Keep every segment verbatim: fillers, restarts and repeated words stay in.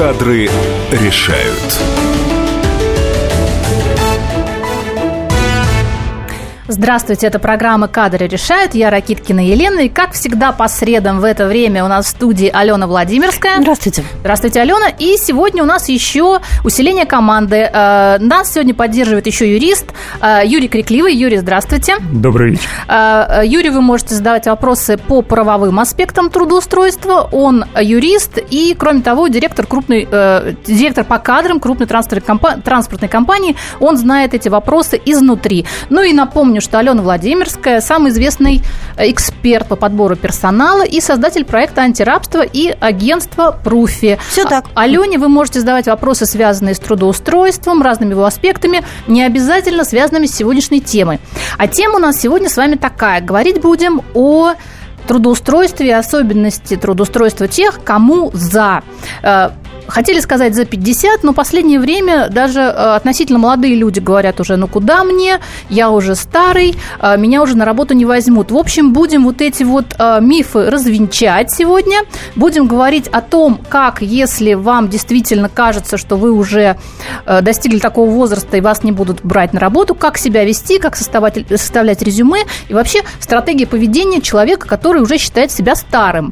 Кадры решают. Здравствуйте, это программа «Кадры решают». Я Ракиткина Елена. И, как всегда, по средам в это время у нас в студии Алена Владимирская. Здравствуйте. Здравствуйте, Алена. И сегодня у нас еще усиление команды. Нас сегодня поддерживает еще юрист Юрий Крикливый. Юрий, здравствуйте. Добрый вечер. Юрий, вы можете задавать вопросы по правовым аспектам трудоустройства. Он юрист и, кроме того, директор, крупной, директор по кадрам крупной транспортной компании. Он знает эти вопросы изнутри. Ну и напомню, что Алена Владимирская – самый известный эксперт по подбору персонала и создатель проекта «Антирабство» и агентства «Пруфи». Все так. А- Алене вы можете задавать вопросы, связанные с трудоустройством, разными его аспектами, не обязательно связанными с сегодняшней темой. А тема у нас сегодня с вами такая. Говорить будем о трудоустройстве и особенности трудоустройства тех, кому за... Хотели сказать за пятьдесят, но в последнее время даже относительно молодые люди говорят уже, ну куда мне, я уже старый, меня уже на работу не возьмут. В общем, будем вот эти вот мифы развенчать сегодня. Будем говорить о том, как, если вам действительно кажется, что вы уже достигли такого возраста и вас не будут брать на работу, как себя вести, как составлять, составлять резюме и вообще стратегия поведения человека, который уже считает себя старым.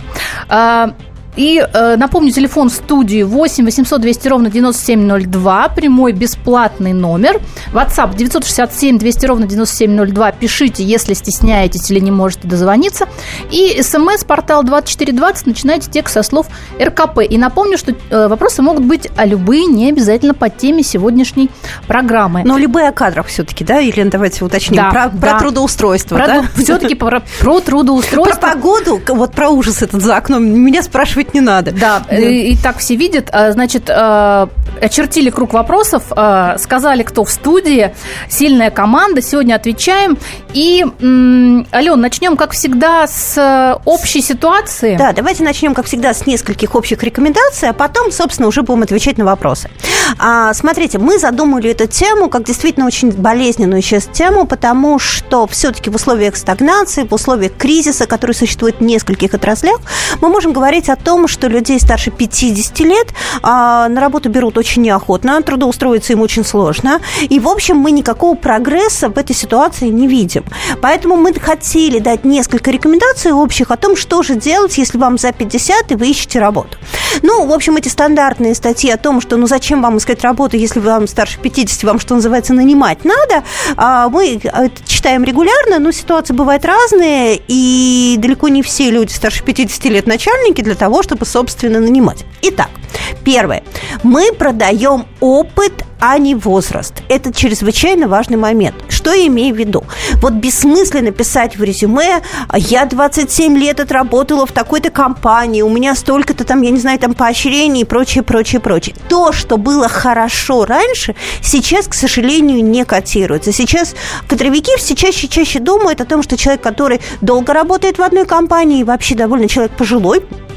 И э, напомню, телефон в студии восемь восемьсот двести ровно девяносто семь ноль два, прямой бесплатный номер. WhatsApp девять шесть семь двести ровно девяносто семь ноль два. Пишите, если стесняетесь или не можете дозвониться. И смс-портал двадцать четыре двадцать, начинайте текст со слов эр ка пэ. И напомню, что э, вопросы могут быть а любые, не обязательно по теме сегодняшней программы. Но любые о кадрах все-таки, да, Елена, давайте уточним. Да, про, да. про трудоустройство, про, да? Все-таки про, про трудоустройство. Про погоду, вот про ужас этот за окном, меня спрашивать не надо. Да, да. И, и так все видят. Значит, очертили круг вопросов, сказали, кто в студии. Сильная команда. Сегодня отвечаем. И, Ален, начнем, как всегда, с общей ситуации. Да, давайте начнем, как всегда, с нескольких общих рекомендаций, а потом, собственно, уже будем отвечать на вопросы. А, смотрите, мы задумали эту тему как действительно очень болезненную сейчас тему, потому что все-таки в условиях стагнации, в условиях кризиса, который существует в нескольких отраслях, мы можем говорить о том, что людей старше пятидесяти лет а, на работу берут очень неохотно, трудоустроиться им очень сложно, и, в общем, мы никакого прогресса в этой ситуации не видим. Поэтому мы хотели дать несколько рекомендаций общих о том, что же делать, если вам за пятьдесят и вы ищете работу. Ну, в общем, эти стандартные статьи о том, что ну зачем вам искать работу, если вам старше пятидесяти, вам, что называется, нанимать надо, а, мы это читаем регулярно, но ситуации бывают разные, и далеко не все люди старше пятидесяти лет начальники для того, чтобы, собственно, нанимать. Итак, первое. Мы продаем опыт, а не возраст. Это чрезвычайно важный момент. Что я имею в виду? Вот бессмысленно писать в резюме: я двадцать семь лет отработала в такой-то компании, у меня столько-то там, я не знаю, там поощрений и прочее, прочее, прочее. То, что было хорошо раньше, сейчас, к сожалению, не котируется. Сейчас кадровики все чаще и чаще думают о том, что человек, который долго работает в одной компании, и вообще довольно человек пожилой,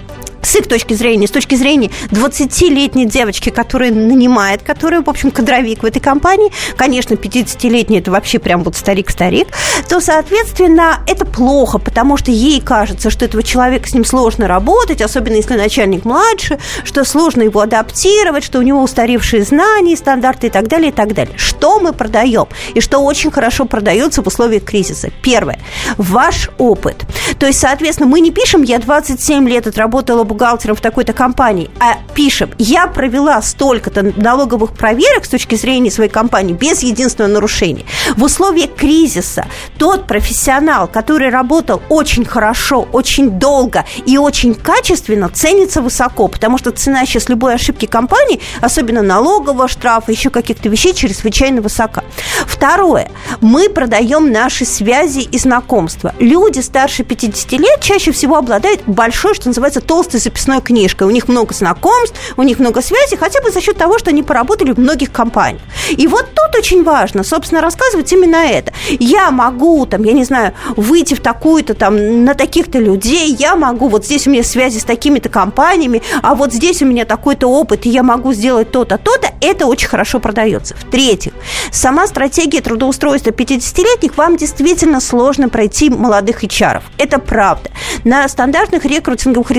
с их точки зрения, с точки зрения двадцатилетней девочки, которая нанимает, которая, в общем, кадровик в этой компании, конечно, пятидесятилетний – это вообще прям вот старик-старик, то, соответственно, это плохо, потому что ей кажется, что этого человека, с ним сложно работать, особенно если начальник младше, что сложно его адаптировать, что у него устаревшие знания, стандарты и так далее, и так далее. Что мы продаем? И что очень хорошо продается в условиях кризиса? Первое – ваш опыт. То есть, соответственно, мы не пишем «я двадцать семь лет отработала бухгалтером в такой-то компании», а пишем: я провела столько-то налоговых проверок с точки зрения своей компании без единственного нарушения. В условиях кризиса тот профессионал, который работал очень хорошо, очень долго и очень качественно, ценится высоко, потому что цена сейчас любой ошибки компании, особенно налогового штрафа, еще каких-то вещей, чрезвычайно высока. Второе. Мы продаем наши связи и знакомства. Люди старше пятидесяти лет чаще всего обладают большой, что называется, толстой записной книжкой. У них много знакомств, у них много связей, хотя бы за счет того, что они поработали в многих компаниях. И вот тут очень важно, собственно, рассказывать именно это. Я могу, там, я не знаю, выйти в такую-то там, на таких-то людей, я могу, вот здесь у меня связи с такими-то компаниями, а вот здесь у меня такой-то опыт, и я могу сделать то-то, то-то. Это очень хорошо продается. В-третьих, сама стратегия трудоустройства пятидесятилетних, вам действительно сложно пройти молодых эйч ар-ов. Это правда. На стандартных рекрутинговых ресурсах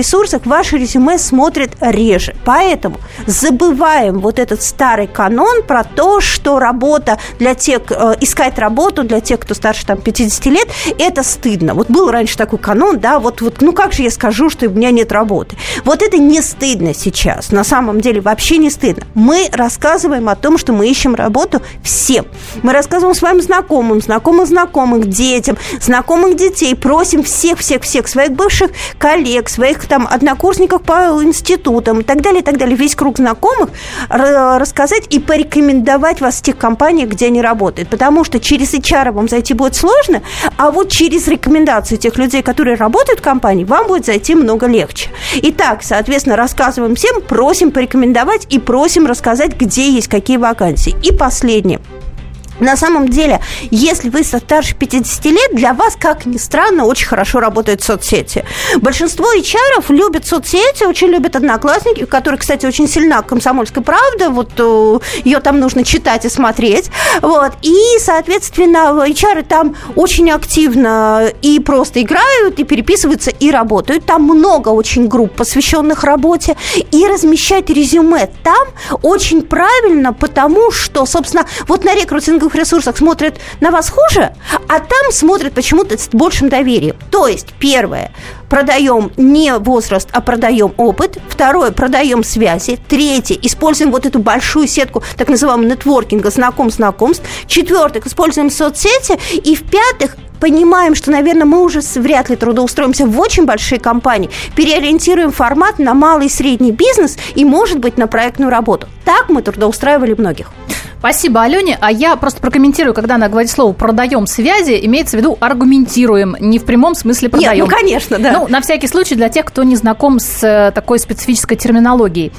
ваше резюме смотрят реже. Поэтому забываем вот этот старый канон про то, что работа для тех, э, искать работу для тех, кто старше там, пятидесяти лет, это стыдно. Вот был раньше такой канон, да, вот, вот ну как же я скажу, что у меня нет работы? Вот это не стыдно сейчас. На самом деле вообще не стыдно. Мы рассказываем о том, что мы ищем работу всем. Мы рассказываем своим знакомым, знакомым знакомых, детям, знакомых детей, просим всех-всех-всех своих бывших коллег, своих там однокурсников по институтам и так далее, и так далее, весь круг знакомых рассказать и порекомендовать вас в тех компаниях, где они работают. Потому что через эйч ар вам зайти будет сложно, а вот через рекомендации тех людей, которые работают в компании, вам будет зайти много легче. Итак, соответственно, рассказываем всем, просим порекомендовать и просим рассказать, где есть какие вакансии. И последнее. На самом деле, если вы старше пятидесяти лет, для вас, как ни странно, очень хорошо работают соцсети. Большинство эйч ар-ов любят соцсети, очень любят Одноклассники, в которых, кстати, очень сильна «Комсомольская правда», вот ее там нужно читать и смотреть. Вот. И, соответственно, эйч ар там очень активно и просто играют, и переписываются, и работают. Там много очень групп, посвященных работе. И размещать резюме там очень правильно, потому что, собственно, вот на рекрутинговых ресурсах смотрят на вас хуже, а там смотрят почему-то с большим доверием. То есть, первое, продаем не возраст, а продаем опыт. Второе, продаем связи. Третье, используем вот эту большую сетку так называемого нетворкинга, знаком-знакомств. Четвертое, используем соцсети. И в-пятых, понимаем, что, наверное, мы уже вряд ли трудоустроимся в очень большие компании, переориентируем формат на малый и средний бизнес и, может быть, на проектную работу. Так мы трудоустраивали многих. Спасибо, Алене. А я просто прокомментирую, когда она говорит слово «продаем связи», имеется в виду аргументируем, не в прямом смысле продаем. Нет, ну, конечно, да. Ну, на всякий случай, для тех, кто не знаком с такой специфической терминологией.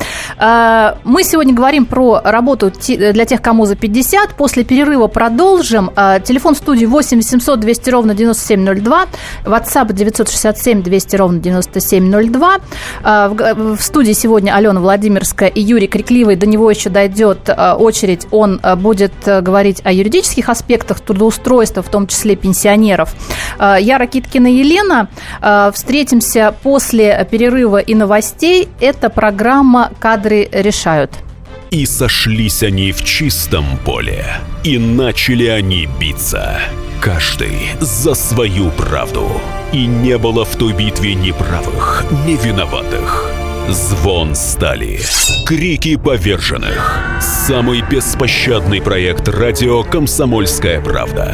Мы сегодня говорим про работу для тех, кому за пятьдесят. После перерыва продолжим. Телефон в студии восемь восемьсот двести ровно девяносто семь ноль два, WhatsApp девятьсот шестьдесят семь двести ровно девяносто семь ноль два. В студии сегодня Алена Владимирская и Юрий Крикливый. До него еще дойдет очередь. Он будет говорить о юридических аспектах трудоустройства, в том числе пенсионеров. Я Ракиткина Елена. Встретимся после перерыва и новостей. Это программа «Кадры решают». И сошлись они в чистом поле, и начали они биться. Каждый за свою правду. И не было в той битве ни правых, ни виноватых. Звон стали, крики поверженных. Самый беспощадный проект радио «Комсомольская правда».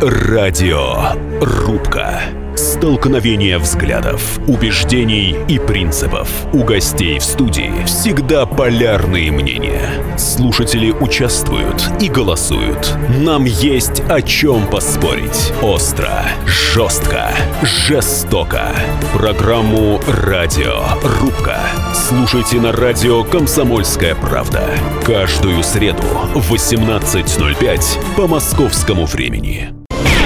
Радиорубка. Столкновение взглядов, убеждений и принципов. У гостей в студии всегда полярные мнения. Слушатели участвуют и голосуют. Нам есть о чем поспорить. Остро, жестко, жестоко. Программу «Радиорубка» слушайте на радио «Комсомольская правда». Каждую среду в восемнадцать ноль пять по московскому времени.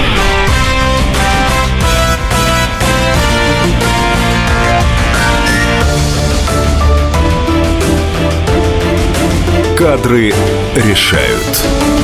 Кадры решают.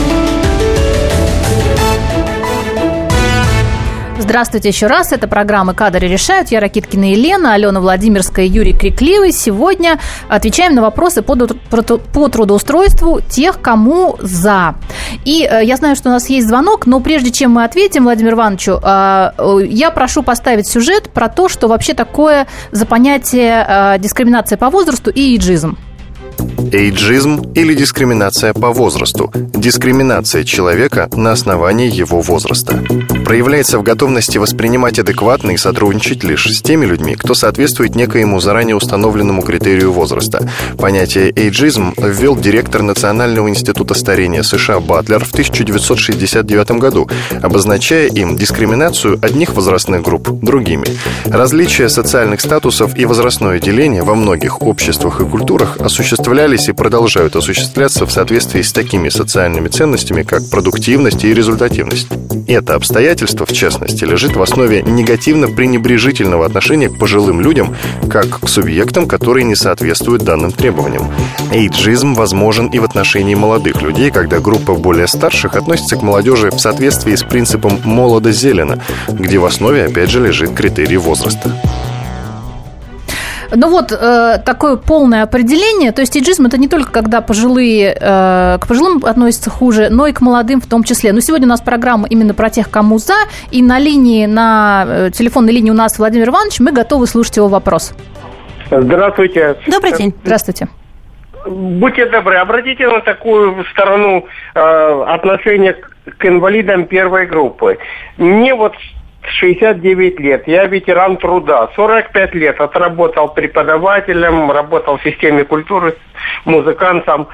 Здравствуйте еще раз. Это программа «Кадры решают». Я Ракиткина Елена, Алена Владимирская, Юрий Крикливый. Сегодня отвечаем на вопросы по, по трудоустройству тех, кому за. И э, я знаю, что у нас есть звонок, но прежде чем мы ответим Владимиру Ивановичу, э, э, я прошу поставить сюжет про то, что вообще такое за понятие э, дискриминация по возрасту и эйджизм. Эйджизм или дискриминация по возрасту – дискриминация человека на основании его возраста. Проявляется в готовности воспринимать адекватно и сотрудничать лишь с теми людьми, кто соответствует некоему заранее установленному критерию возраста. Понятие эйджизм ввел директор Национального института старения США Батлер в тысяча девятьсот шестьдесят девятом году, обозначая им дискриминацию одних возрастных групп другими. Различия социальных статусов и возрастное деление во многих обществах и культурах осуществлялись и продолжают осуществляться в соответствии с такими социальными ценностями, как продуктивность и результативность. Это обстоятельство, в частности, лежит в основе негативно-пренебрежительного отношения к пожилым людям, как к субъектам, которые не соответствуют данным требованиям. Эйджизм возможен и в отношении молодых людей, когда группа более старших относится к молодежи в соответствии с принципом «молодо-зелено», где в основе, опять же, лежит критерий возраста. Ну вот, э, такое полное определение. То есть эйджизм – это не только когда пожилые, э, к пожилым относятся хуже, но и к молодым в том числе. Но сегодня у нас программа именно про тех, кому за. И на линии, на э, телефонной линии у нас Владимир Иванович. Мы готовы слушать его вопрос. Здравствуйте. Добрый день. Здравствуйте. Будьте добры, обратите на такую сторону э, отношения к инвалидам первой группы. Мне вот шестьдесят девять лет, я ветеран труда, сорок пять лет отработал преподавателем, работал в системе культуры, музыкантом.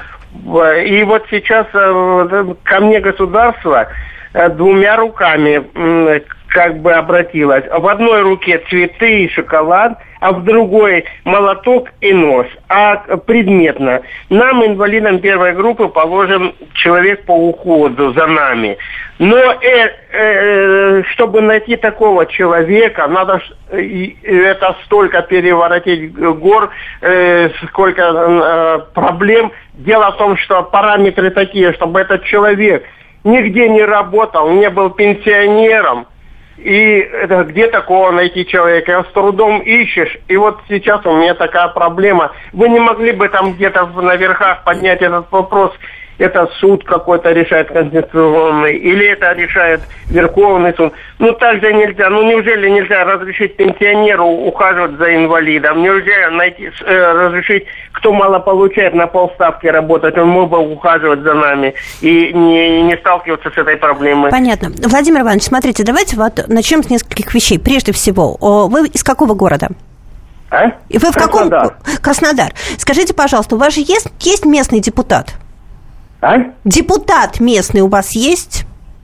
И вот сейчас э, ко мне государство э, двумя руками э, как бы обратилось. В одной руке цветы и шоколад, а в другой молоток и нож. А предметно нам, инвалидам первой группы, положен человек по уходу за нами. Но э, э, чтобы найти такого человека, надо э, это столько переворотить гор, э, сколько э, проблем. Дело в том, что параметры такие, чтобы этот человек нигде не работал, не был пенсионером. И где такого найти человека? С трудом ищешь. И вот сейчас у меня такая проблема. Вы не могли бы там где-то на верхах поднять этот вопрос? Это суд какой-то решает конституционный, или это решает Верховный суд. Ну, так же нельзя. Ну, неужели нельзя разрешить пенсионеру ухаживать за инвалидом? Нельзя найти, э, разрешить, кто мало получает, на полставки работать, он мог бы ухаживать за нами и не, не сталкиваться с этой проблемой. Понятно. Владимир Иванович, смотрите, давайте вот начнем с нескольких вещей. Прежде всего, вы из какого города? А? И вы в Краснодар. каком? Краснодар. Скажите, пожалуйста, у вас же есть, есть местный депутат? А? Депутат местный у вас есть?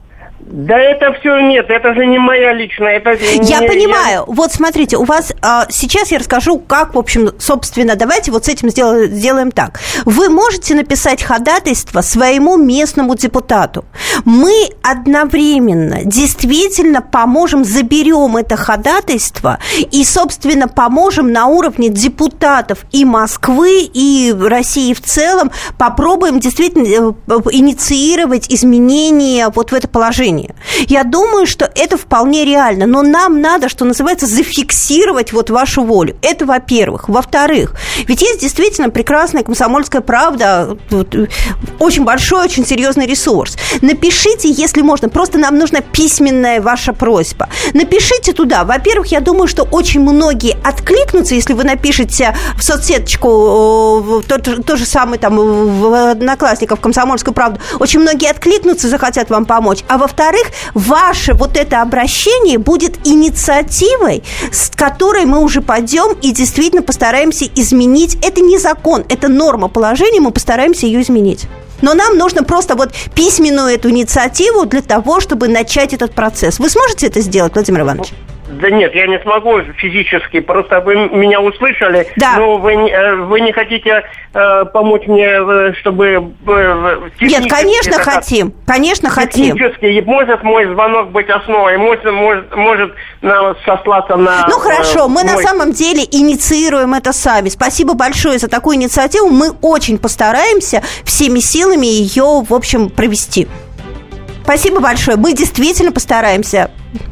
Да это все нет, это же не моя личная. Это я не, понимаю. Я... Вот смотрите, у вас а, сейчас я расскажу, как, в общем, собственно, давайте вот с этим сделаем, сделаем так. Вы можете написать ходатайство своему местному депутату. Мы одновременно действительно поможем, заберем это ходатайство и, собственно, поможем на уровне депутатов и Москвы, и России в целом, попробуем действительно инициировать изменения вот в это положение. Я думаю, что это вполне реально, но нам надо, что называется, зафиксировать вот вашу волю. Это, во-первых. Во-вторых, ведь есть действительно прекрасная «Комсомольская правда», очень большой, очень серьезный ресурс. Напишите, если можно, просто нам нужна письменная ваша просьба. Напишите туда. Во-первых, я думаю, что очень многие откликнутся, если вы напишете в соцсеточку то, то же самое там в Одноклассниках, в «Комсомольскую правду», очень многие откликнутся, захотят вам помочь. А во-вторых, Во-вторых, ваше вот это обращение будет инициативой, с которой мы уже пойдем и действительно постараемся изменить. Это не закон, это норма положения, мы постараемся ее изменить. Но нам нужно просто вот письменную эту инициативу для того, чтобы начать этот процесс. Вы сможете это сделать, Владимир Иванович? Да нет, я не смогу физически, просто вы меня услышали, да. но вы, вы не хотите э, помочь мне, чтобы... Э, нет, конечно хотим, конечно хотим. Технически, может мой звонок быть основой, может, может, может сослаться на... Ну хорошо, э, мы мой... на самом деле инициируем это сами. Спасибо большое за такую инициативу, мы очень постараемся всеми силами ее, в общем, провести. Спасибо большое, мы действительно постараемся...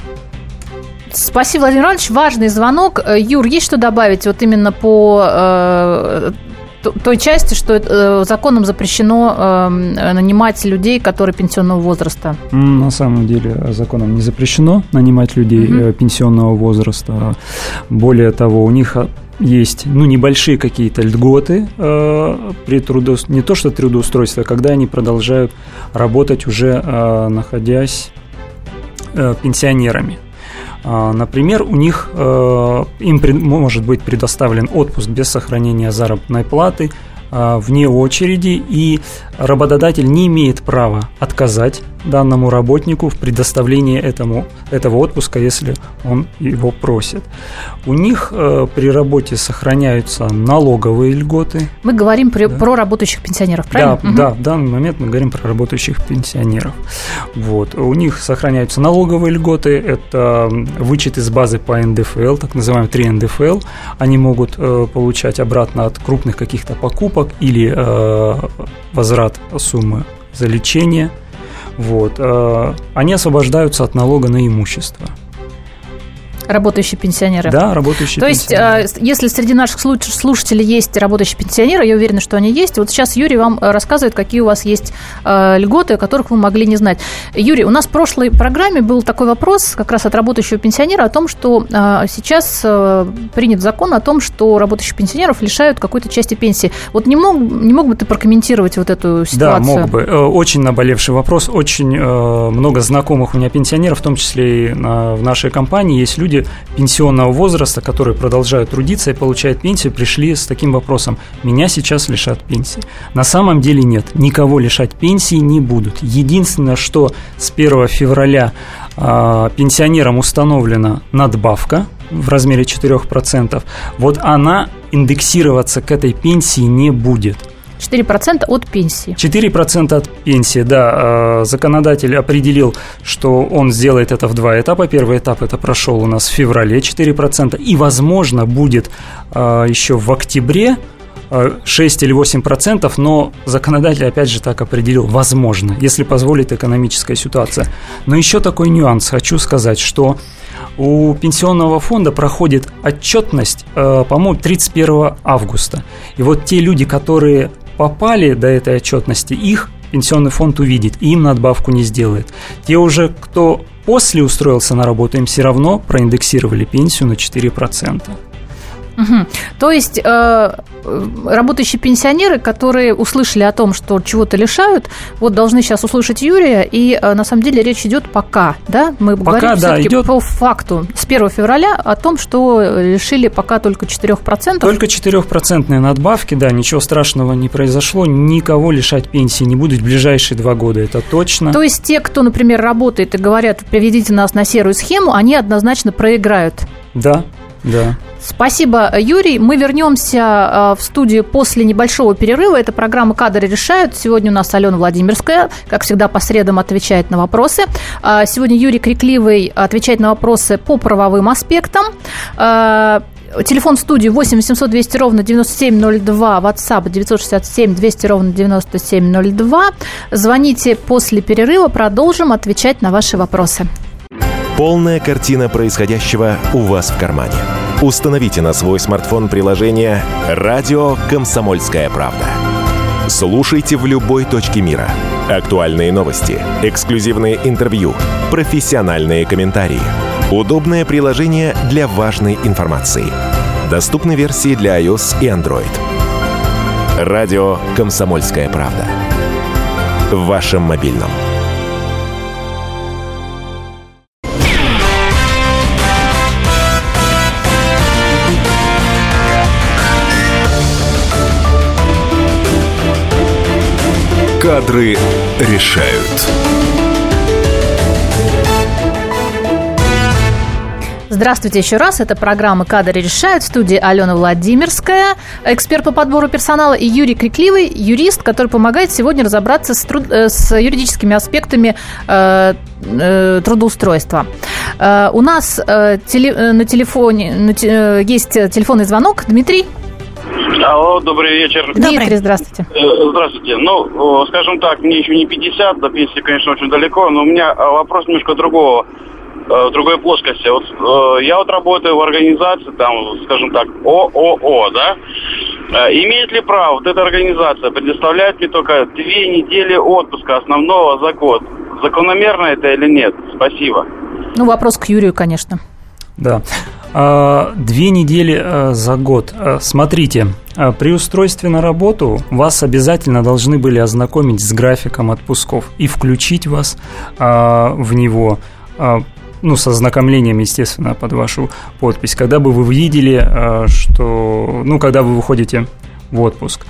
Спасибо, Владимир Иванович. Важный звонок. Юр, есть что добавить вот именно по э, той части, что э, законом запрещено э, нанимать людей, которые пенсионного возраста? На самом деле законом не запрещено нанимать людей mm-hmm. пенсионного возраста. Более того, у них есть ну, небольшие какие-то льготы э, при трудоустройстве, не то что трудоустройство, а когда они продолжают работать уже э, находясь э, пенсионерами. Например, у них э, им пред, может быть предоставлен отпуск без сохранения заработной платы э, вне очереди, и работодатель не имеет права отказать данному работнику в предоставлении этому, этого отпуска, если он его просит. У них э, при работе сохраняются налоговые льготы. Мы говорим при, да. про работающих пенсионеров, правильно? Да, угу. да, в данный момент мы говорим про работающих пенсионеров. Вот. У них сохраняются налоговые льготы, это вычет из базы по эн дэ эф эл, так называемый три эн дэ эф эл. Они могут э, получать обратно от крупных каких-то покупок или э, возврат суммы за лечение. Вот. Они освобождаются от налога на имущество. Работающие пенсионеры. Да, работающие То пенсионеры. есть, если среди наших слушателей есть работающие пенсионеры, я уверена, что они есть. Вот сейчас Юрий вам рассказывает, какие у вас есть льготы, о которых вы могли не знать. Юрий, у нас в прошлой программе был такой вопрос как раз от работающего пенсионера о том, что сейчас принят закон о том, что работающих пенсионеров лишают какой-то части пенсии. Вот не мог, не мог бы ты прокомментировать вот эту ситуацию? Да, мог бы. Очень наболевший вопрос. Очень много знакомых у меня пенсионеров, в том числе и в нашей компании, есть люди пенсионного возраста, которые продолжают трудиться и получают пенсию, пришли с таким вопросом: меня сейчас лишат пенсии. На самом деле нет, никого лишать пенсии не будут. Единственное, что с первого февраля э, пенсионерам установлена надбавка в размере четыре процента, вот она индексироваться к этой пенсии не будет. четыре процента от пенсии. четыре процента от пенсии, да. Законодатель определил, что он сделает это в два этапа. Первый этап это прошел у нас в феврале, четыре процента. И, возможно, будет еще в октябре шесть или восемь процентов, но законодатель опять же так определил, возможно, если позволит экономическая ситуация. Но еще такой нюанс хочу сказать, что у пенсионного фонда проходит отчетность, по-моему, тридцать первого августа. И вот те люди, которые попали до этой отчетности, их пенсионный фонд увидит, и им надбавку не сделает. Те уже, кто после устроился на работу, им все равно проиндексировали пенсию на четыре процента. Угу. То есть э, работающие пенсионеры, которые услышали о том, что чего-то лишают, вот должны сейчас услышать Юрия, и э, на самом деле речь идет пока, да? Мы пока, говорим да, все-таки идет... по факту с первого февраля о том, что лишили пока только четыре процента. Только четыре процента надбавки, да, ничего страшного не произошло, никого лишать пенсии не будут в ближайшие два года, это точно. То есть те, кто, например, работает и говорят, приведите нас на серую схему, они однозначно проиграют. Да, да. Спасибо, Юрий. Мы вернемся в студию после небольшого перерыва. Это программа «Кадры решают». Сегодня у нас Алена Владимирская, как всегда, по средам отвечает на вопросы. Сегодня Юрий Крикливый отвечает на вопросы по правовым аспектам. Телефон в студии восемь восемьсот двести ровно девяносто семь ноль два, WhatsApp девять шесть семь двести ровно девяносто семь ноль два. Звоните после перерыва, продолжим отвечать на ваши вопросы. Полная картина происходящего у вас в кармане. Установите на свой смартфон приложение «Радио Комсомольская правда». Слушайте в любой точке мира. Актуальные новости, эксклюзивные интервью, профессиональные комментарии. Удобное приложение для важной информации. Доступны версии для iOS и Android. «Радио Комсомольская правда». В вашем мобильном. Кадры решают. Здравствуйте еще раз. Это программа «Кадры решают». В студии Алена Владимирская, эксперт по подбору персонала, и Юрий Крикливый, юрист, который помогает сегодня разобраться с, труд... с юридическими аспектами э, э, трудоустройства. Э, у нас э, теле... на телефоне на те... есть телефонный звонок. Дмитрий. Алло, добрый вечер. Дмитрий, Добрый. Здравствуйте. Здравствуйте. Ну, скажем так, мне еще не пятьдесят, до пенсии, конечно, очень далеко, но у меня вопрос немножко другого, в другой плоскости. Вот я вот работаю в организации, там, скажем так, ООО, да? Имеет ли право вот эта организация предоставлять мне только две недели отпуска основного за год? Закономерно это или нет? Спасибо. Ну, вопрос к Юрию, конечно. Да. Две недели за год. Смотрите, при устройстве на работу вас обязательно должны были ознакомить с графиком отпусков и включить вас в него, ну, с ознакомлением, естественно, под вашу подпись, когда бы вы видели, что, ну, когда вы выходите в отпуск.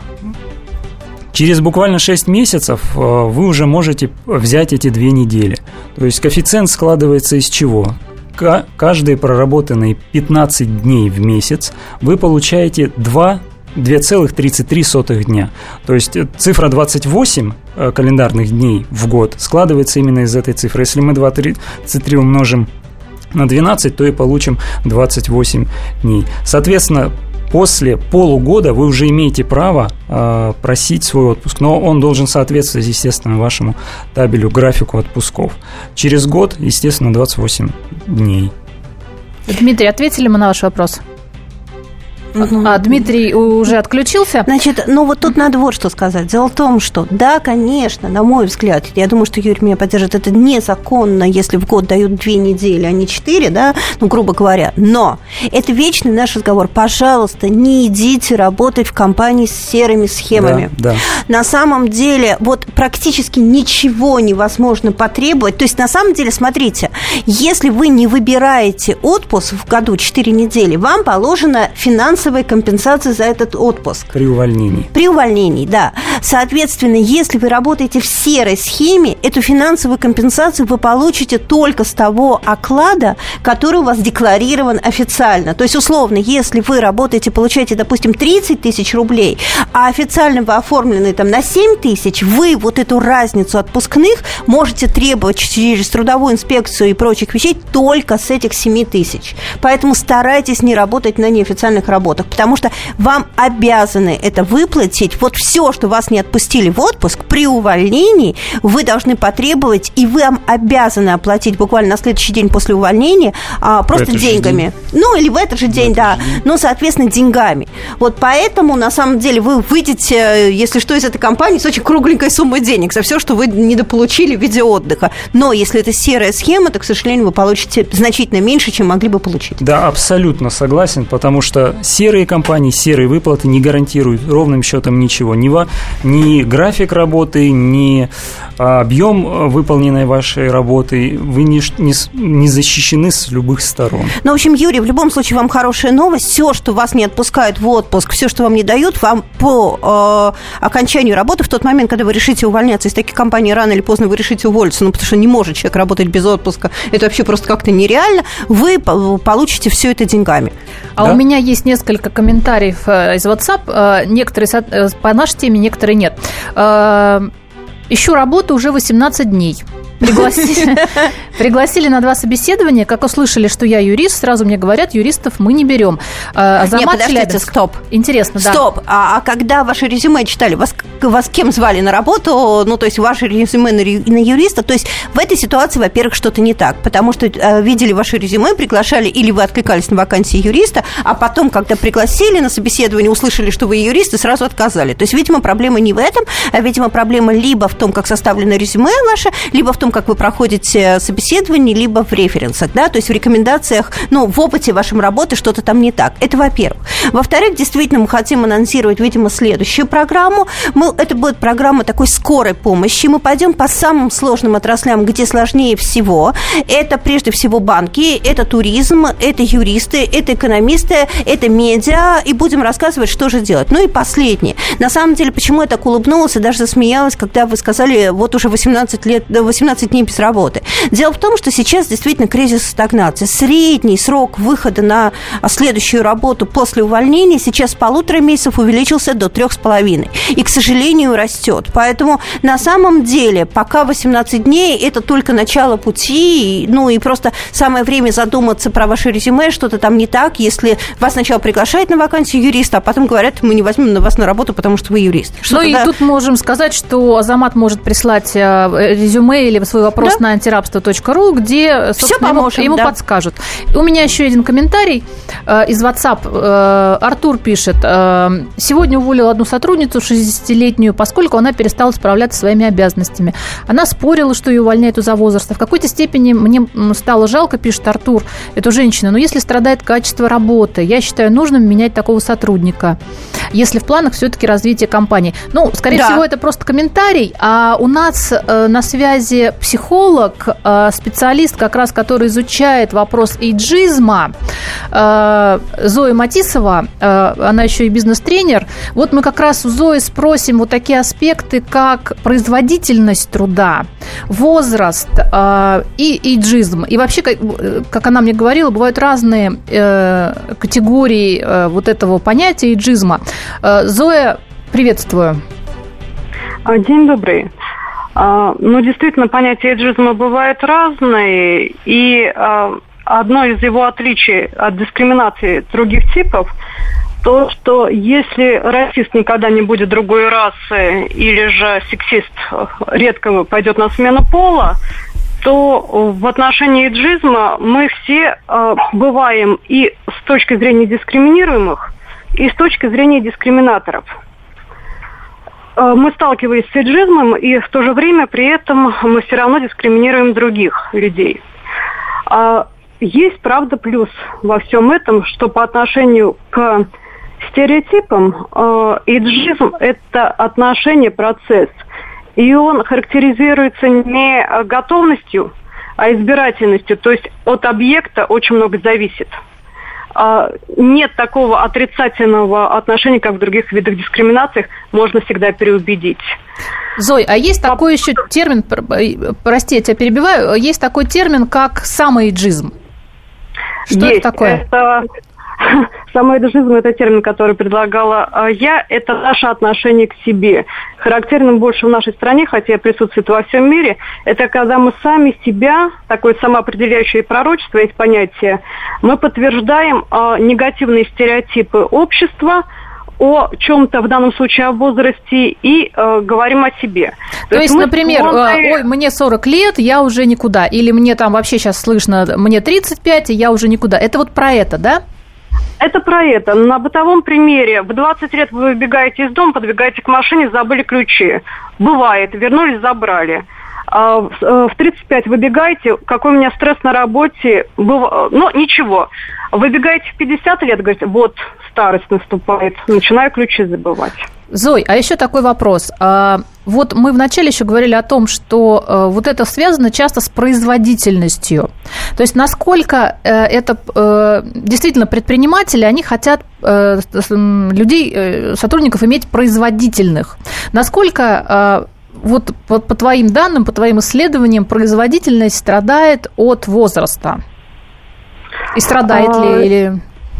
Через буквально шесть месяцев вы уже можете взять эти две недели. То есть коэффициент складывается из чего? Каждые проработанные пятнадцать дней в месяц вы получаете два целых тридцать три сотых дня. То есть цифра двадцать восемь календарных дней в год складывается именно из этой цифры. Если мы двадцать три умножим на двенадцать, то и получим двадцать восемь дней. Соответственно, после полугода вы уже имеете право э, просить свой отпуск, но он должен соответствовать, естественно, вашему табелю, графику отпусков. Через год, естественно, двадцать восемь дней. Дмитрий, ответили мы на ваш вопрос? А Дмитрий уже отключился? Значит, ну вот тут надо вот что сказать. Дело в том, что, да, конечно, на мой взгляд, я думаю, что Юрий меня поддержит, это незаконно, если в год дают две недели, а не четыре, да, ну, грубо говоря. Но это вечный наш разговор. Пожалуйста, не идите работать в компании с серыми схемами. Да, да. На самом деле, вот практически ничего невозможно потребовать. То есть, на самом деле, смотрите, если вы не выбираете отпуск в году четыре недели, вам положена финансовая компенсация за этот отпуск. При увольнении. При увольнении, да. Соответственно, если вы работаете в серой схеме, эту финансовую компенсацию вы получите только с того оклада, который у вас декларирован официально. То есть, условно, если вы работаете, получаете, допустим, тридцать тысяч рублей, а официально вы оформлены там на семь тысяч, вы вот эту разницу отпускных можете требовать через трудовую инспекцию и прочих вещей только с этих семи тысяч. Поэтому старайтесь не работать на неофициальных работах, потому что вам обязаны это выплатить. Вот все, что вас не отпустили в отпуск, при увольнении вы должны потребовать, и вам обязаны оплатить буквально на следующий день после увольнения а, просто деньгами. Ну, или в этот же день, да. Ну, соответственно, деньгами. Вот поэтому, на самом деле, вы выйдете, если что, из этой компании с очень кругленькой суммой денег за все, что вы недополучили в виде отдыха. Но если это серая схема, то, к сожалению, вы получите значительно меньше, чем могли бы получить. Да, абсолютно согласен, потому что серые компании, серые выплаты не гарантируют ровным счетом ничего. Ни, во, ни график работы, ни объем выполненной вашей работы. Вы не, не, не защищены с любых сторон. Ну, в общем, Юрий, в любом случае вам хорошая новость. Все, что вас не отпускают в отпуск, все, что вам не дают, вам по э, окончанию работы, в тот момент, когда вы решите увольняться из таких компаний, рано или поздно вы решите уволиться, ну, потому что не может человек работать без отпуска. Это вообще просто как-то нереально. Вы получите все это деньгами. А да? У меня есть несколько комментариев из WhatsApp. Некоторые по нашей теме, некоторые нет. Ищу работу уже восемнадцать дней. Пригласили, пригласили на два собеседования. Как услышали, что я юрист, сразу мне говорят, юристов мы не берем. Нет, подождите, стоп. Интересно, да. Стоп. А, а когда ваше резюме читали, вас, вас кем звали на работу? Ну, то есть, ваше резюме на, на юриста? То есть, в этой ситуации, во-первых, что-то не так. Потому что э, видели ваше резюме, приглашали, или вы откликались на вакансии юриста, а потом, когда пригласили на собеседование, услышали, что вы юрист, и сразу отказали. То есть, видимо, проблема не в этом, а, видимо, проблема либо в том, как составлено резюме ваше, либо в том, как вы проходите собеседование, либо в референсах, да, то есть в рекомендациях, ну, в опыте вашей работы что-то там не так. Это во-первых. Во-вторых, действительно, мы хотим анонсировать, видимо, следующую программу. Мы, это будет программа такой скорой помощи. Мы пойдем по самым сложным отраслям, где сложнее всего. Это, прежде всего, банки, это туризм, это юристы, это экономисты, это медиа, и будем рассказывать, что же делать. Ну и последнее. На самом деле, почему я так улыбнулась и даже засмеялась, когда вы сказали, вот уже восемнадцать лет, восемнадцать дней без работы. Дело в том, что сейчас действительно кризис и стагнация. Средний срок выхода на следующую работу после увольнения сейчас с полутора месяцев увеличился до трех с половиной. И, к сожалению, растет. Поэтому на самом деле пока восемнадцать дней это только начало пути. Ну и просто самое время задуматься про ваше резюме, что-то там не так, если вас сначала приглашают на вакансию юриста, а потом говорят, мы не возьмем на вас на работу, потому что вы юрист. Ну и да... тут можем сказать, что Азамат может прислать резюме или свой вопрос, да, на антирабство точка ру, где, собственно, поможем, ему, ему да. подскажут. У меня еще один комментарий э, из WhatsApp. Э, Артур пишет: э, сегодня уволил одну сотрудницу шестидесятилетнюю, поскольку она перестала справляться своими обязанностями. Она спорила, что ее увольняют из-за возраста. В какой-то степени мне стало жалко, пишет Артур, эту женщину, но если страдает качество работы, я считаю нужным менять такого сотрудника, если в планах все-таки развитие компании. Ну, скорее да. всего, это просто комментарий, а у нас э, на связи психолог, специалист, как раз который изучает вопрос эйджизма, Зоя Матисова, она еще и бизнес-тренер. Вот мы как раз у Зои спросим вот такие аспекты, как производительность труда, возраст и эйджизм. И вообще, как, как она мне говорила, бывают разные категории вот этого понятия эйджизма. Зоя, приветствую. День добрый. Ну, действительно, понятие эйджизма бывает разное, и одно из его отличий от дискриминации других типов то, что если расист никогда не будет другой расы, или же сексист редко пойдет на смену пола, что в отношении эйджизма мы все э, бываем и с точки зрения дискриминируемых, и с точки зрения дискриминаторов. Э, мы сталкивались с эйджизмом, и в то же время при этом мы все равно дискриминируем других людей. Э, есть, правда, плюс во всем этом, что по отношению к стереотипам э, эйджизм – это отношение, процесс. И он характеризуется не готовностью, а избирательностью. То есть от объекта очень много зависит. Нет такого отрицательного отношения, как в других видах дискриминации. Можно всегда переубедить. Зой, а есть По... такой еще термин, прости, я тебя перебиваю, есть такой термин, как самоэйджизм. Что есть. это такое? Это... Самоэйджизм – это термин, который предлагала я. Это наше отношение к себе. Характерным больше в нашей стране, хотя присутствует во всем мире, это когда мы сами себя, такое самоопределяющее пророчество, есть понятие, мы подтверждаем негативные стереотипы общества о чем-то, в данном случае о возрасте, и э, говорим о себе. То, То есть, например, склонны... ой, мне сорок лет, я уже никуда. Или мне там вообще сейчас слышно, мне тридцать пять, и я уже никуда. Это вот про это, да? Это про это. На бытовом примере. В двадцать лет вы выбегаете из дома, подбегаете к машине, забыли ключи. Бывает. Вернулись, забрали. В тридцать пять выбегаете, какой у меня стресс на работе. Ну, ничего. Выбегаете в пятьдесят лет, говорите, вот старость наступает. Начинаю ключи забывать. Зой, а еще такой вопрос. Вот мы вначале еще говорили о том, что вот это связано часто с производительностью. То есть насколько это действительно предприниматели, они хотят людей, сотрудников иметь производительных. Насколько, вот по, по твоим данным, по твоим исследованиям, производительность страдает от возраста? И страдает а... ли или...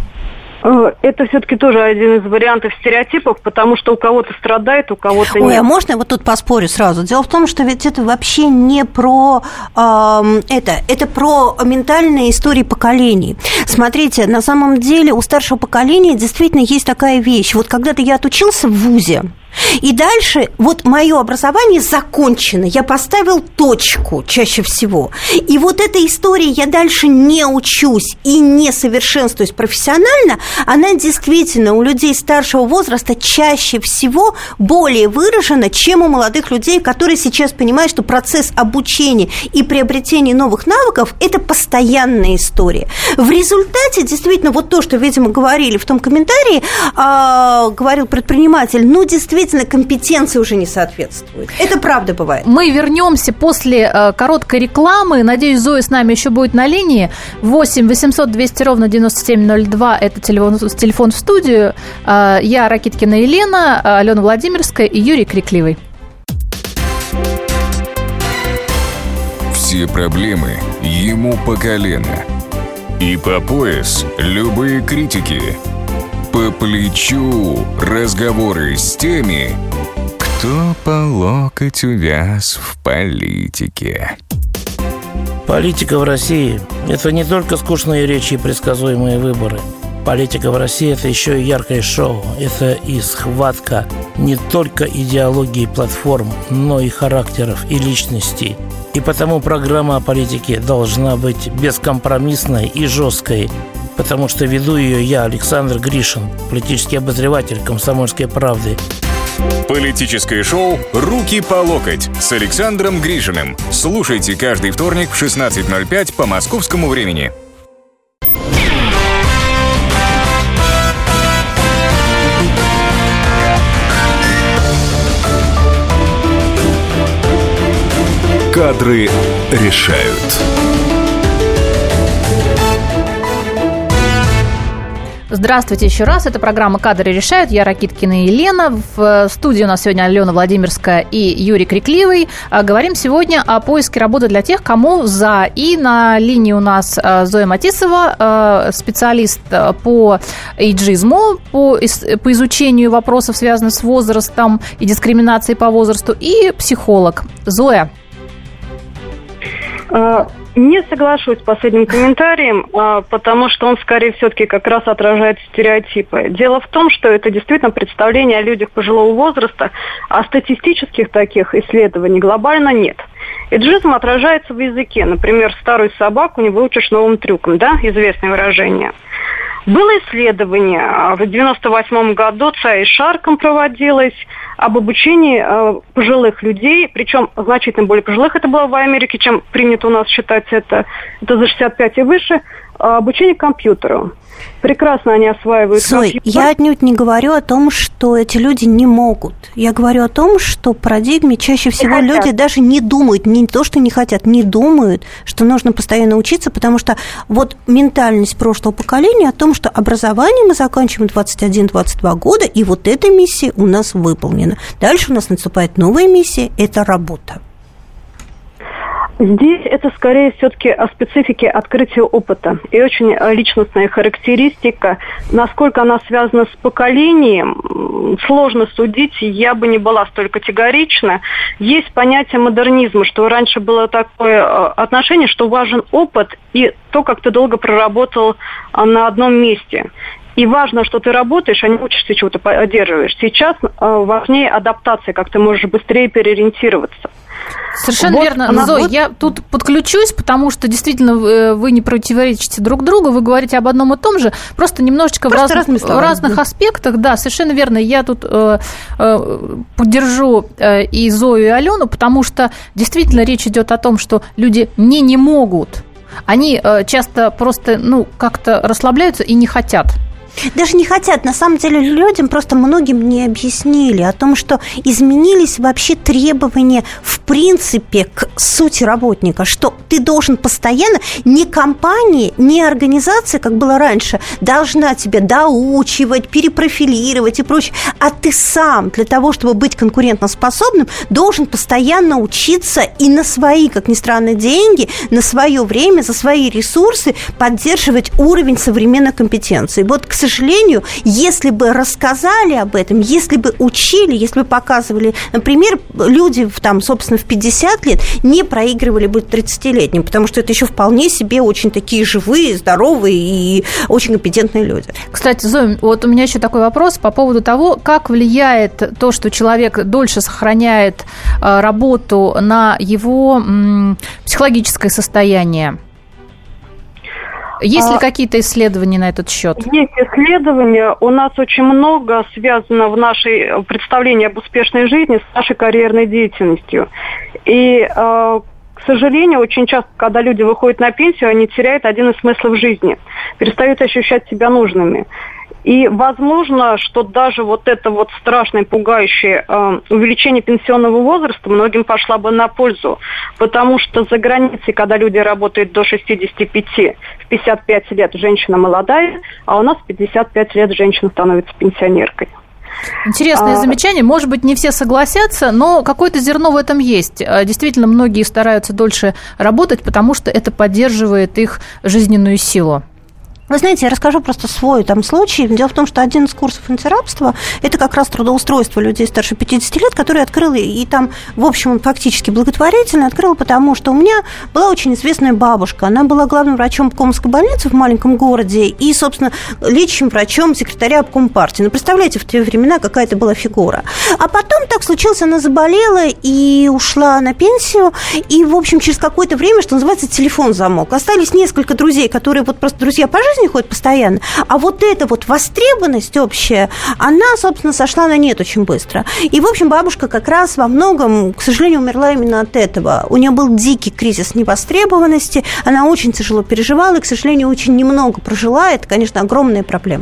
Это все-таки тоже один из вариантов стереотипов, потому что у кого-то страдает, у кого-то нет. Ой, а можно я вот тут поспорю сразу? Дело в том, что ведь это вообще не про э, это, это про ментальные истории поколений. Смотрите, на самом деле у старшего поколения действительно есть такая вещь. Вот когда-то я отучился в вузе, и дальше вот мое образование закончено, я поставил точку чаще всего. И вот эта история «я дальше не учусь и не совершенствуюсь профессионально», она действительно у людей старшего возраста чаще всего более выражена, чем у молодых людей, которые сейчас понимают, что процесс обучения и приобретения новых навыков – это постоянная история. В результате действительно вот то, что, видимо, говорили в том комментарии, э, говорил предприниматель, ну, действительно, компетенции уже не соответствует. Это правда бывает. Мы вернемся после э, короткой рекламы. Надеюсь, Зоя с нами еще будет на линии. восемь восемьсот двести ровно девяносто семь ноль два. Это телефон, телефон в студию. Э, я, Ракиткина Елена, Алена Владимирская и Юрий Крикливый. Все проблемы ему по колено. И по пояс любые критики. По плечу разговоры с теми, кто по локоть увяз в политике. Политика в России – это не только скучные речи и предсказуемые выборы. Политика в России – это еще и яркое шоу. Это и схватка не только идеологии платформ, но и характеров и личностей. И потому программа о политике должна быть бескомпромиссной и жесткой. Потому что веду ее я, Александр Гришин, политический обозреватель «Комсомольской правды». Политическое шоу «Руки по локоть» с Александром Гришиным. Слушайте каждый вторник в шестнадцать ноль пять по московскому времени. Кадры решают. Здравствуйте еще раз. Это программа «Кадры решают». Я Ракиткина Елена. В студии у нас сегодня Алена Владимирская и Юрий Крикливый. Говорим сегодня о поиске работы для тех, кому за. И на линии у нас Зоя Матисова, специалист по эйджизму, по, по изучению вопросов, связанных с возрастом и дискриминацией по возрасту, и психолог. Зоя. Не соглашусь с последним комментарием, потому что он скорее все-таки как раз отражает стереотипы. Дело в том, что это действительно представление о людях пожилого возраста, а статистических таких исследований глобально нет. Эйджизм отражается в языке. Например, старую собаку не выучишь новым трюком, да, известное выражение. Было исследование в девяносто восьмом году ЦАИ Шарком проводилось об обучении э, пожилых людей, причем значительно более пожилых это было в Америке, чем принято у нас считать это, это за шестьдесят пять и выше, э, обучение компьютеру. Прекрасно они осваивают Зой, компьютер. я отнюдь не говорю о том, что эти люди не могут. Я говорю о том, что в парадигме чаще всего не люди хотят. даже не думают, не то, что не хотят, не думают, что нужно постоянно учиться, потому что вот ментальность прошлого поколения о том, что образование мы заканчиваем двадцать один - двадцать два года, и вот эта миссия у нас выполнена. Дальше у нас наступает новая миссия – это работа. Здесь это скорее все-таки о специфике открытия опыта и очень личностная характеристика. Насколько она связана с поколением, сложно судить, я бы не была столь категорична. Есть понятие модернизма, что раньше было такое отношение, что важен опыт и то, как ты долго проработал на одном месте. И важно, что ты работаешь, а не учишься, чего-то поддерживаешь. Сейчас важнее адаптация, как ты можешь быстрее переориентироваться. Совершенно вот верно. Она... Зой, я тут подключусь, потому что действительно вы не противоречите друг другу, вы говорите об одном и том же, просто немножечко просто в разных, в разных да. аспектах. Да, совершенно верно. Я тут э, э, поддержу э, и Зою, и Алену, потому что действительно речь идет о том, что люди не не могут. Они э, часто просто ну, как-то расслабляются и не хотят. Даже не хотят. На самом деле людям просто многим не объяснили о том, что изменились вообще требования в принципе к сути работника, что ты должен постоянно, не компания, не организация, как было раньше, должна тебя доучивать, перепрофилировать и прочее, а ты сам для того, чтобы быть конкурентоспособным, должен постоянно учиться и на свои, как ни странно, деньги, на свое время, за свои ресурсы поддерживать уровень современной компетенции. Вот, к сожалению, К сожалению, если бы рассказали об этом, если бы учили, если бы показывали, например, люди, там, собственно, в пятьдесят лет не проигрывали бы тридцатилетним, потому что это еще вполне себе очень такие живые, здоровые и очень компетентные люди. Кстати, Зоя, вот у меня еще такой вопрос по поводу того, как влияет то, что человек дольше сохраняет работу на его психологическое состояние. Есть ли какие-то исследования на этот счет? Есть исследования. У нас очень много связано в нашей представлении об успешной жизни с нашей карьерной деятельностью. И, э, к сожалению, очень часто, когда люди выходят на пенсию, они теряют один из смыслов жизни, перестают ощущать себя нужными. И возможно, что даже вот это вот страшное, пугающее э, увеличение пенсионного возраста многим пошла бы на пользу. Потому что за границей, когда люди работают до шестидесяти пяти, в пятьдесят пять лет женщина молодая, а у нас в пятьдесят пять лет женщина становится пенсионеркой. Интересное а... замечание. Может быть, не все согласятся, но какое-то зерно в этом есть. Действительно, многие стараются дольше работать, потому что это поддерживает их жизненную силу. Вы знаете, я расскажу просто свой там случай. Дело в том, что один из курсов антирабства – это как раз трудоустройство людей старше пятидесяти лет, который открыл, и там, в общем, он фактически благотворительно открыл, потому что у меня была очень известная бабушка. Она была главным врачом Комской больницы в маленьком городе и, собственно, лечащим врачом секретаря обком партии. Ну, представляете, в те времена какая это была фигура. А потом так случилось, она заболела и ушла на пенсию, и, в общем, через какое-то время, что называется, телефон замолк. Остались несколько друзей, которые вот просто друзья по жизни, ходит постоянно, а вот эта вот востребованность общая, она, собственно, сошла на нет очень быстро. И, в общем, бабушка как раз во многом, к сожалению, умерла именно от этого. У нее был дикий кризис невостребованности, она очень тяжело переживала и, к сожалению, очень немного прожила. Это, конечно, огромная проблема.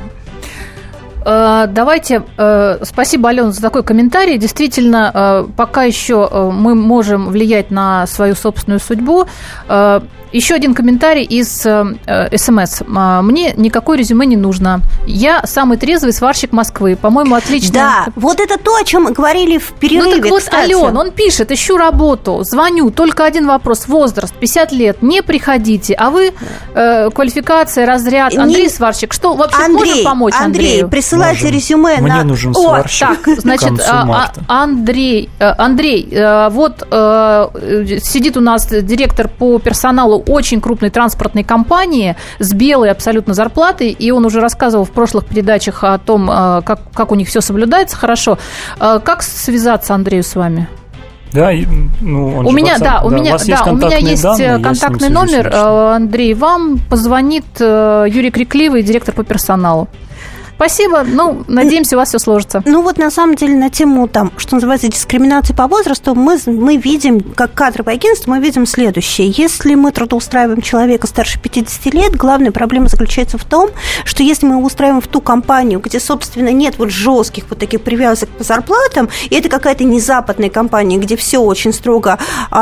Давайте, спасибо, Алена, за такой комментарий. Действительно, пока еще мы можем влиять на свою собственную судьбу. Еще один комментарий из СМС. Мне никакой резюме не нужно. Я самый трезвый сварщик Москвы. По-моему, отлично. Да, вот это то, о чем говорили в перерыве. Ну так вот, кстати. Ален, он пишет, ищу работу, звоню, только один вопрос, возраст, пятьдесят лет, не приходите. А вы, э, квалификация, разряд, Андрей не... сварщик, что вообще Андрей, может помочь Андрей, Андрею? Присылайте Можем. резюме Мне на... нужен О, сварщик. так, значит, а, а, Андрей, Андрей, вот сидит у нас директор по персоналу очень крупной транспортной компании с белой абсолютно зарплатой, и он уже рассказывал в прошлых передачах о том, как, как у них все соблюдается хорошо. Как связаться, Андрею, с вами? Да, ну, он у же меня, WhatsApp, да, у да, меня, у вас да, есть у меня есть данные, контактный я номер, Андрей, вам позвонит Юрий Крикливый, директор по персоналу. Спасибо. Ну, надеемся, у вас все сложится. Ну, вот на самом деле на тему, там, что называется, дискриминации по возрасту, мы, мы видим, как кадровое агентство, мы видим следующее. Если мы трудоустраиваем человека старше пятидесяти лет, главная проблема заключается в том, что если мы его устраиваем в ту компанию, где, собственно, нет вот жестких вот таких привязок по зарплатам, и это какая-то не западная компания, где все очень строго,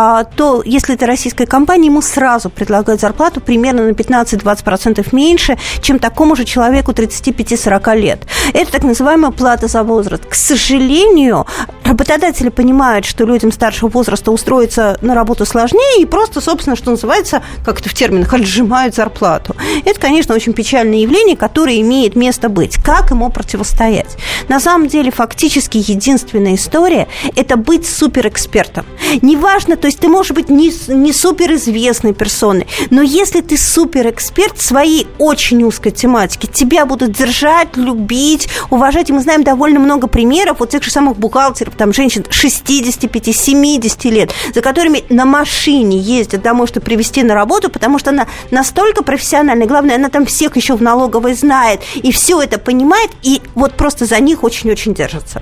то если это российская компания, ему сразу предлагают зарплату примерно на пятнадцать-двадцать процентов меньше, чем такому же человеку тридцати пяти-сорока лет. Это так называемая плата за возраст. К сожалению, работодатели понимают, что людям старшего возраста устроиться на работу сложнее и просто, собственно, что называется, как это в терминах, отжимают зарплату. Это, конечно, очень печальное явление, которое имеет место быть. Как ему противостоять? На самом деле, фактически единственная история – это быть суперэкспертом. Неважно, то есть ты можешь быть не, не суперизвестной персоной, но если ты суперэксперт в своей очень узкой тематике, тебя будут держать, любить, уважать. И мы знаем довольно много примеров вот тех же самых бухгалтеров, там, женщин шестидесяти пяти - семидесяти лет, за которыми на машине ездят домой, чтобы привезти на работу, потому что она настолько профессиональная, главное, она там всех еще в налоговой знает, и все это понимает, и вот просто за них очень-очень держится.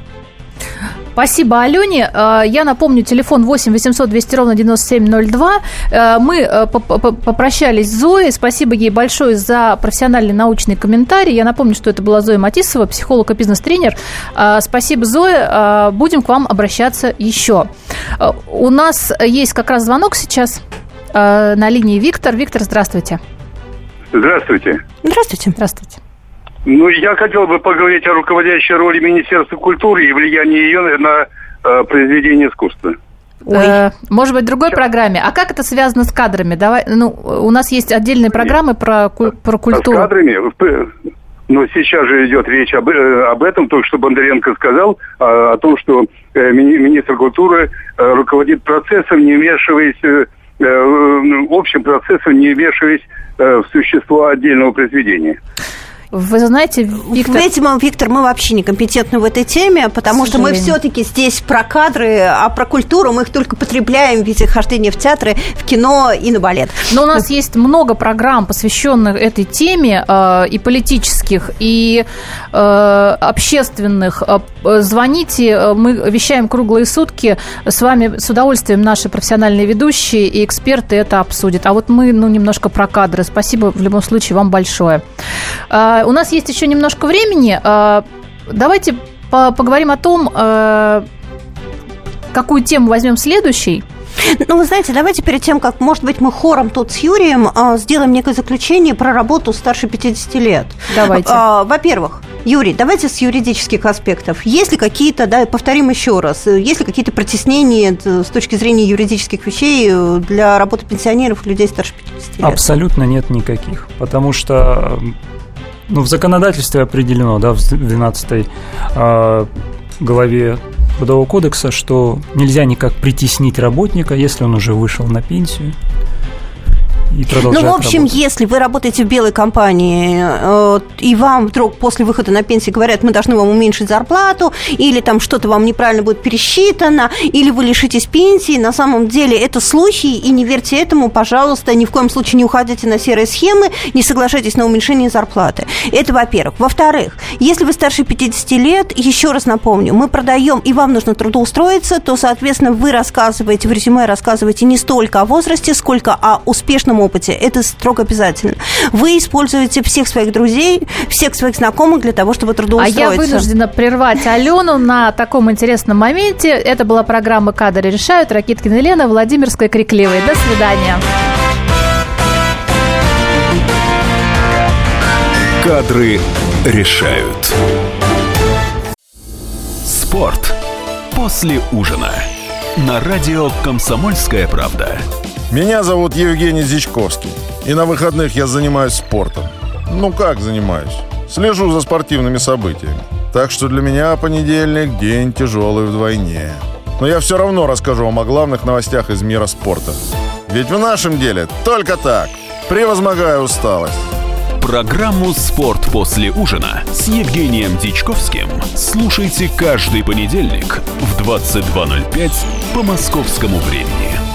Спасибо, Алене. Я напомню, телефон восемь восемьсот двести ровно девяносто семь ноль два. Мы попрощались с Зоей. Спасибо ей большое за профессиональный научный комментарий. Я напомню, что это была Зоя Матисова, психолог и бизнес-тренер. Спасибо, Зоя. Будем к вам обращаться еще. У нас есть как раз звонок сейчас на линии Виктор. Виктор, здравствуйте. Здравствуйте. Здравствуйте. Здравствуйте. Ну, я хотел бы поговорить о руководящей роли Министерства культуры и влиянии ее на э, произведение искусства. Ой. Может быть, в другой программе. А как это связано с кадрами? Давай, ну, у нас есть отдельные программы про, про культуру. А с кадрами? Но сейчас же идет речь об, об этом, только что Бондаренко сказал о, о том, что э, министр культуры э, руководит процессом, не вмешиваясь, э, э, общим процессом, не вмешиваясь э, в существо отдельного произведения. Вы знаете, Виктор... Видимо, Виктор, мы вообще некомпетентны в этой теме, потому что мы все-таки здесь про кадры, а про культуру мы их только потребляем в виде хождения в театры, в кино и на балет. Но у нас Но... есть много программ, посвященных этой теме, э, и политических, и э, общественных. Звоните, мы вещаем круглые сутки. С вами с удовольствием наши профессиональные ведущие и эксперты это обсудят. А вот мы, ну, немножко про кадры. Спасибо в любом случае вам большое. У нас есть еще немножко времени. Давайте поговорим о том, какую тему возьмем следующей. Ну, вы знаете, давайте перед тем, как, может быть, мы хором тут с Юрием сделаем некое заключение про работу старше пятидесяти лет. Давайте. Во-первых, Юрий, давайте с юридических аспектов. Есть ли какие-то, да, повторим еще раз, есть ли какие-то притеснения с точки зрения юридических вещей для работы пенсионеров и людей старше пятидесяти лет? Абсолютно нет никаких, потому что... Ну, в законодательстве определено, да, в двенадцатой э, главе Трудового кодекса, что нельзя никак притеснить работника, если он уже вышел на пенсию и продолжает Ну, в общем, работать. Если вы работаете в белой компании, э, и вам вдруг после выхода на пенсию говорят, мы должны вам уменьшить зарплату, или там что-то вам неправильно будет пересчитано, или вы лишитесь пенсии, на самом деле это слухи, и не верьте этому, пожалуйста, ни в коем случае не уходите на серые схемы, не соглашайтесь на уменьшение зарплаты. Это во-первых. Во-вторых, если вы старше пятидесяти лет, еще раз напомню, мы продаем, и вам нужно трудоустроиться, то, соответственно, вы рассказываете, в резюме рассказываете не столько о возрасте, сколько о успешном опыте. Это строго обязательно. Вы используете всех своих друзей, всех своих знакомых для того, чтобы трудоустроиться. А я вынуждена прервать Алену на таком интересном моменте. Это была программа «Кадры решают». Ракиткина Елена, Владимирская, Крикливая. До свидания. Кадры решают. Спорт после ужина. На радио «Комсомольская правда». Меня зовут Евгений Зичковский, и на выходных я занимаюсь спортом. Ну как занимаюсь? Слежу за спортивными событиями. Так что для меня понедельник – день тяжелый вдвойне. Но я все равно расскажу вам о главных новостях из мира спорта. Ведь в нашем деле только так. Превозмогая усталость. Программу «Спорт после ужина» с Евгением Дичковским слушайте каждый понедельник в двадцать два ноль пять по московскому времени.